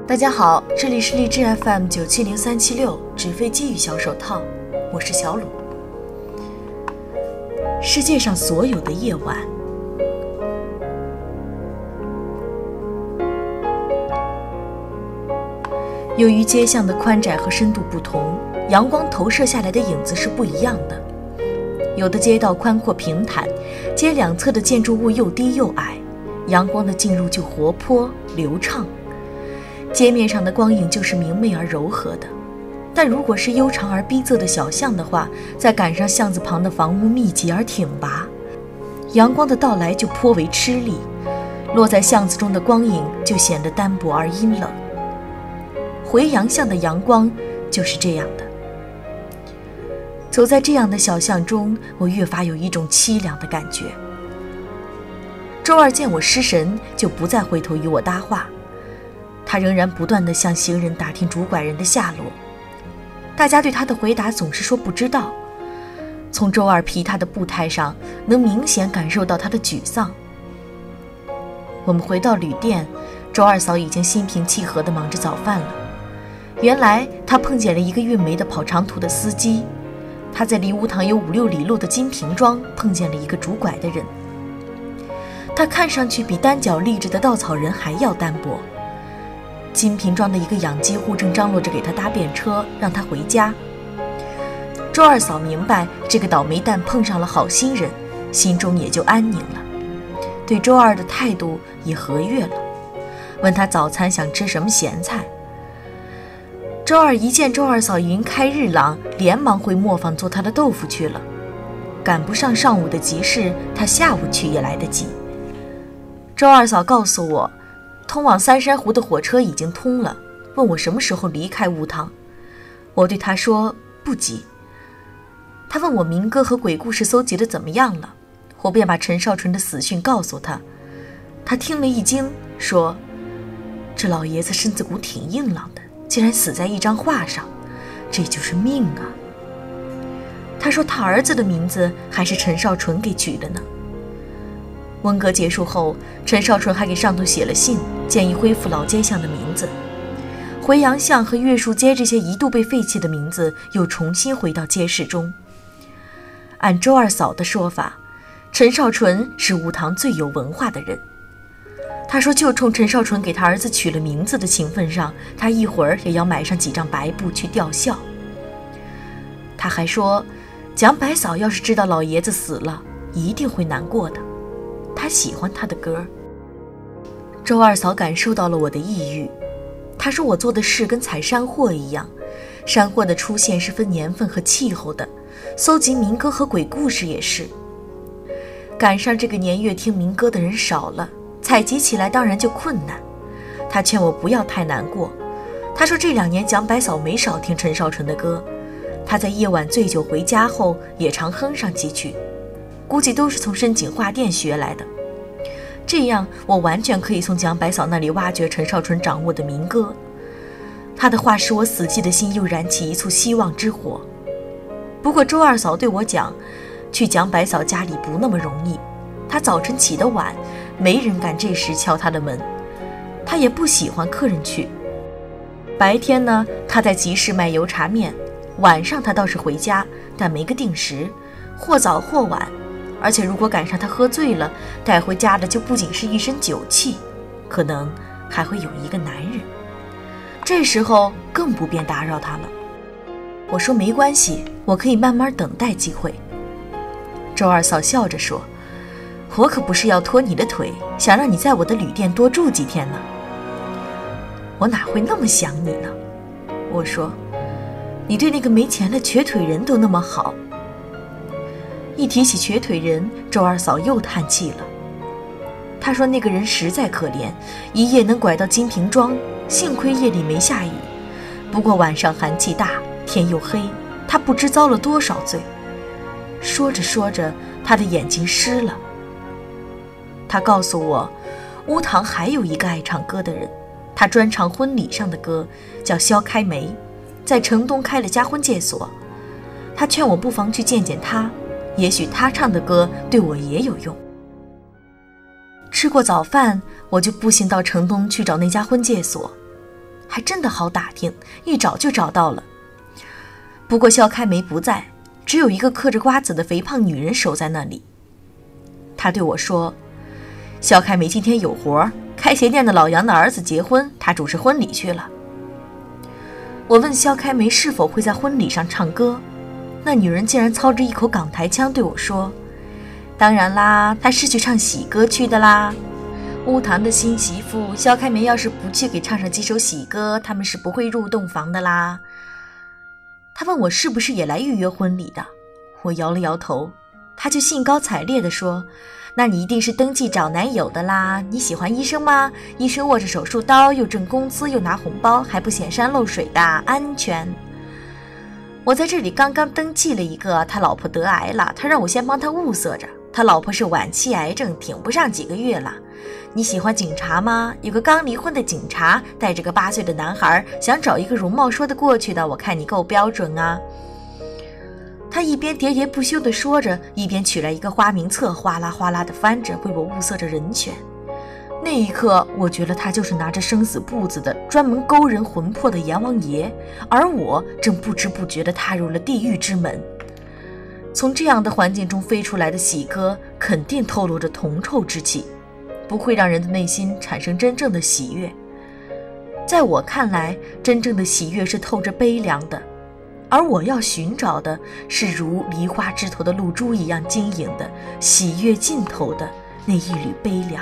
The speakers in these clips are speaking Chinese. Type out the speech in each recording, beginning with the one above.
大家好，这里是荔枝 FM 970376纸飞机与小手套，我是小鲁。世界上所有的夜晚，由于街巷的宽窄和深度不同，阳光投射下来的影子是不一样的。有的街道宽阔平坦，街两侧的建筑物又低又矮，阳光的进入就活泼流畅，街面上的光影就是明媚而柔和的。但如果是悠长而逼仄的小巷的话，再赶上巷子旁的房屋密集而挺拔，阳光的到来就颇为吃力，落在巷子中的光影就显得单薄而阴冷。回阳巷的阳光就是这样的。走在这样的小巷中，我越发有一种凄凉的感觉。周二见我失神，就不再回头与我搭话，他仍然不断地向行人打听拄拐人的下落。大家对他的回答总是说不知道。从周二皮他的步态上，能明显感受到他的沮丧。我们回到旅店，周二嫂已经心平气和地忙着早饭了。原来他碰见了一个运煤的跑长途的司机，他在离乌塘有5-6里路的金瓶庄碰见了一个拄拐的人。他看上去比单脚立着的稻草人还要单薄。金瓶庄的一个养鸡户正张罗着给他搭便车，让他回家。周二嫂明白这个倒霉蛋碰上了好心人，心中也就安宁了，对周二的态度也和悦了，问他早餐想吃什么咸菜。周二一见周二嫂云开日朗，连忙回磨坊做他的豆腐去了。赶不上上午的集市，他下午去也来得及。周二嫂告诉我，通往三山湖的火车已经通了，问我什么时候离开乌塘。我对他说不急。他问我民歌和鬼故事搜集的怎么样了，我便把陈少纯的死讯告诉他。他听了一惊，说这老爷子身子骨挺硬朗的，竟然死在一张画上，这就是命啊。他说他儿子的名字还是陈少纯给取的呢。文革结束后，陈少纯还给上头写了信，建议恢复老街巷的名字。回阳巷和月树街这些一度被废弃的名字又重新回到街市中。按周二嫂的说法，陈少纯是乌塘最有文化的人。他说就冲陈少纯给他儿子取了名字的情分上，他一会儿也要买上几张白布去吊孝。他还说蒋百嫂要是知道老爷子死了，一定会难过的，他喜欢他的歌。周二嫂感受到了我的抑郁，她说我做的事跟采山货一样，山货的出现是分年份和气候的，搜集民歌和鬼故事也是。赶上这个年月听民歌的人少了，采集起来当然就困难。他劝我不要太难过，他说这2年蒋百嫂没少听陈少纯的歌，他在夜晚醉酒回家后也常哼上几曲，估计都是从深井画店学来的。这样我完全可以从蒋百嫂那里挖掘陈少纯掌握的民歌。他的话使我死寂的心又燃起一簇希望之火。不过周二嫂对我讲，去蒋百嫂家里不那么容易，她早晨起得晚，没人敢这时敲她的门，她也不喜欢客人去。白天呢，她在集市卖油茶面，晚上她倒是回家，但没个定时，或早或晚，而且如果赶上她喝醉了，带回家的就不仅是一身酒气，可能还会有一个男人。这时候更不便打扰她了。我说没关系，我可以慢慢等待机会。周二嫂笑着说，我可不是要拖你的腿，想让你在我的旅店多住几天呢。我哪会那么想你呢？我说，你对那个没钱的瘸腿人都那么好。一提起瘸腿人，周二嫂又叹气了。她说那个人实在可怜，一夜能拐到金瓶庄，幸亏夜里没下雨，不过晚上寒气大，天又黑，他不知遭了多少罪。说着说着，他的眼睛湿了。他告诉我，乌塘还有一个爱唱歌的人，他专唱婚礼上的歌，叫肖开梅，在城东开了家婚介所。他劝我不妨去见见他，也许他唱的歌对我也有用。吃过早饭，我就步行到城东去找那家婚介所。 还真的好打听，一找就找到了。不过肖开梅不在，只有一个嗑着瓜子的肥胖女人守在那里。她对我说，肖开梅今天有活，开鞋店的老杨的儿子结婚，她主持婚礼去了。我问肖开梅是否会在婚礼上唱歌，那女人竟然操着一口港台腔对我说，当然啦，她是去唱喜歌去的啦。乌堂的新媳妇肖开梅要是不去给唱上几首喜歌，他们是不会入洞房的啦。她问我是不是也来预约婚礼的，我摇了摇头。她就兴高采烈地说，那你一定是登记找男友的啦，你喜欢医生吗？医生握着手术刀，又挣工资又拿红包，还不显山露水的，安全。我在这里刚刚登记了一个，他老婆得癌了，他让我先帮他物色着，他老婆是晚期癌症，挺不上几个月了。你喜欢警察吗？有个刚离婚的警察，带着个8岁的男孩，想找一个容貌说得过去的，我看你够标准啊。他一边喋喋不休地说着，一边取来一个花名册，哗啦哗啦地翻着，为我物色着人选。那一刻，我觉得他就是拿着生死簿子的，专门勾人魂魄的阎王爷，而我正不知不觉地踏入了地狱之门。从这样的环境中飞出来的喜歌，肯定透露着铜臭之气，不会让人的内心产生真正的喜悦。在我看来，真正的喜悦是透着悲凉的，而我要寻找的是如梨花枝头的露珠一样晶莹的喜悦尽头的那一缕悲凉。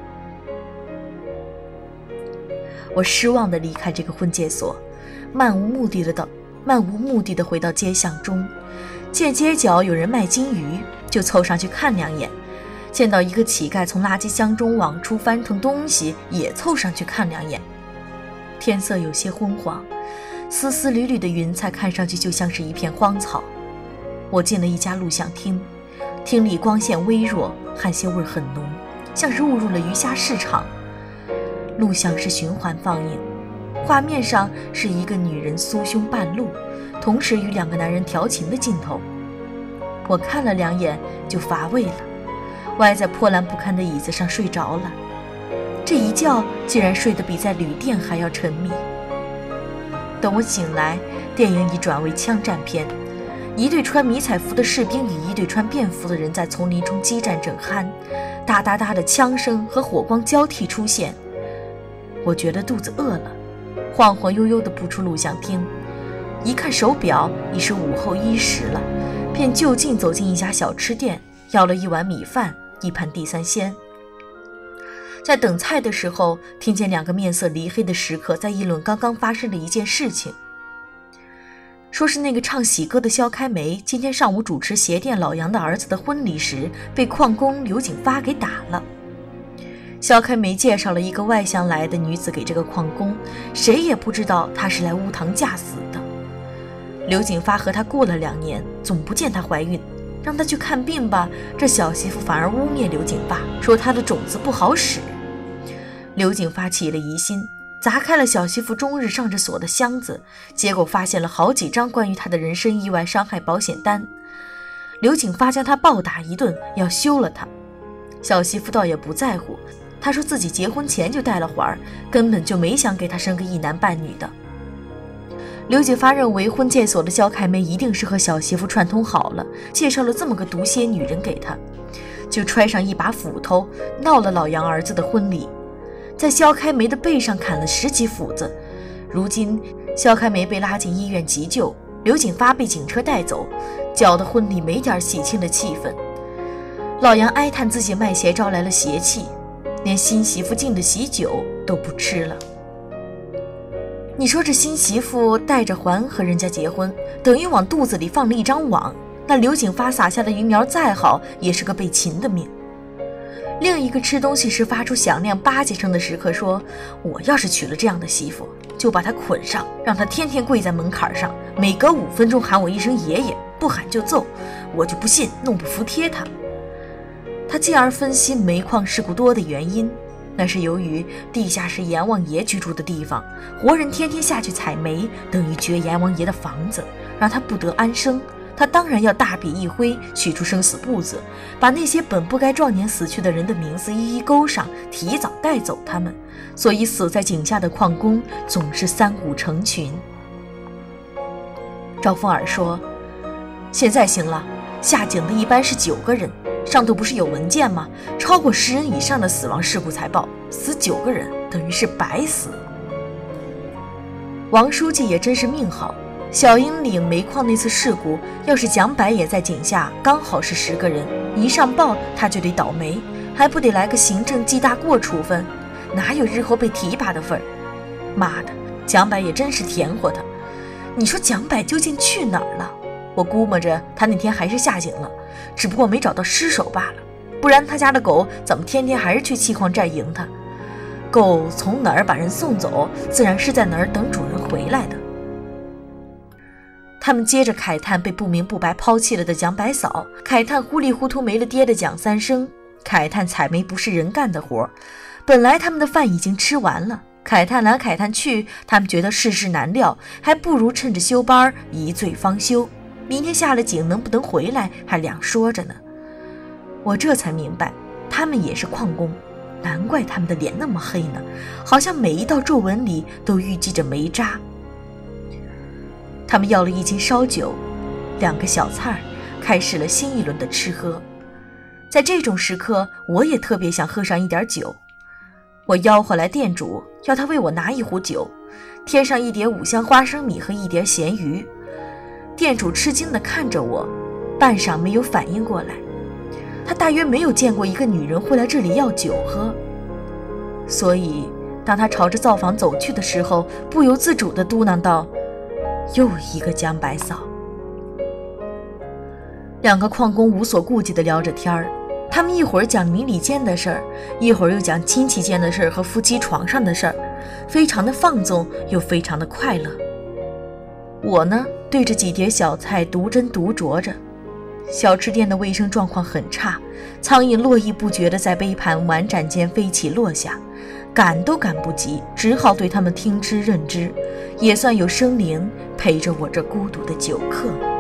我失望地离开这个婚介所，漫无目的地回到街巷中，见街角有人卖金鱼，就凑上去看两眼，见到一个乞丐从垃圾箱中往出翻腾东西，也凑上去看两眼。天色有些昏黄，丝丝缕缕的云彩看上去就像是一片荒草。我进了一家录像厅，厅里光线微弱，汗腥味很浓，像是误入了鱼虾市场。录像是循环放映，画面上是一个女人酥胸半露，同时与2个男人调情的镜头。我看了2眼就乏味了，歪在破烂不堪的椅子上睡着了。这一觉竟然睡得比在旅店还要沉迷。等我醒来，电影已转为枪战片，一队穿迷彩服的士兵与一队穿便服的人在丛林中激战正酣，哒哒哒的枪声和火光交替出现。我觉得肚子饿了，晃晃悠悠地步出录像厅，一看手表已是午后1时了，便就近走进一家小吃店，要了1碗米饭，1盘地三鲜。在等菜的时候，听见2个面色黧黑的食客在议论刚刚发生的一件事情，说是那个唱喜歌的肖开梅今天上午主持鞋店老杨的儿子的婚礼时，被矿工刘景发给打了。肖开梅介绍了一个外乡来的女子给这个矿工，谁也不知道她是来乌堂嫁死的。刘景发和她过了2年，总不见她怀孕，让她去看病吧，这小媳妇反而污蔑刘景发，说她的种子不好使。刘景发起了疑心，砸开了小媳妇终日上着锁的箱子，结果发现了好几张关于她的人身意外伤害保险单。刘景发将她暴打一顿，要休了她。小媳妇倒也不在乎，她说自己结婚前就带了环儿，根本就没想给她生个1男半女的。刘景发认为婚介所的肖开梅一定是和小媳妇串通好了，介绍了这么个毒蝎女人给她，就揣上一把斧头，闹了老杨儿子的婚礼，在肖开梅的背上砍了10几斧子。如今肖开梅被拉进医院急救，刘景发被警车带走，搅得婚礼没点喜庆的气氛。老杨哀叹自己卖鞋招来了邪气，连新媳妇敬的喜酒都不吃了。你说这新媳妇带着环和人家结婚，等于往肚子里放了一张网，那刘景发撒下的鱼苗再好，也是个被擒的命。另一个吃东西时发出响亮巴结声的食客说，我要是娶了这样的媳妇，就把她捆上，让她天天跪在门槛上，每隔5分钟喊我一声爷爷，不喊就揍，我就不信弄不服帖她。他进而分析煤矿事故多的原因，那是由于地下是阎王爷居住的地方，活人天天下去采煤，等于掘阎王爷的房子，让他不得安生， 他当然要大笔一挥，取出生死簿子，把那些本不该壮年死去的人的名字一一勾上，提早带走他们。所以死在井下的矿工总是三五成群。赵凤儿说，现在行了，下井的一般是9个人，上头不是有文件吗？超过10人以上的死亡事故才报，死9个人等于是白死。王书记也真是命好，小英岭煤矿那次事故，要是蒋柏也在井下，刚好是10个人，一上报他就得倒霉，还不得来个行政记大过处分，哪有日后被提拔的份儿？妈的，蒋柏也真是甜活他。你说蒋柏究竟去哪儿了？我估摸着他那天还是下井了，只不过没找到尸首罢了，不然他家的狗怎么天天还是去气矿站迎他？狗从哪儿把人送走，自然是在哪儿等主人回来的。他们接着慨叹被不明不白抛弃了的蒋柏嫂，慨叹糊里糊涂没了爹的蒋三生，慨叹采煤不是人干的活，本来他们的饭已经吃完了，慨叹来慨叹去，他们觉得世事难料，还不如趁着休班一醉方休，明天下了井能不能回来还两说着呢。我这才明白，他们也是矿工，难怪他们的脸那么黑呢，好像每一道皱纹里都淤积着煤渣。他们要了1斤烧酒，2个小菜，开始了新一轮的吃喝。在这种时刻，我也特别想喝上一点酒。我吆喝来店主，要他为我拿1壶酒，添上1碟5香花生米和1碟咸鱼。店主吃惊地看着我，半晌没有反应过来，他大约没有见过一个女人会来这里要酒喝，所以当他朝着灶房走去的时候，不由自主地嘟囔道，又一个蒋柏嫂。2个矿工无所顾忌地聊着天儿，他们一会儿讲邻里间的事儿，一会儿又讲亲戚间的事儿和夫妻床上的事儿，非常的放纵又非常的快乐。我呢，对着几碟小菜独斟独酌着。小吃店的卫生状况很差，苍蝇络绎不绝地在杯盘碗盏间飞起落下，赶都赶不及，只好对他们听之任之，也算有生灵陪着我这孤独的酒客。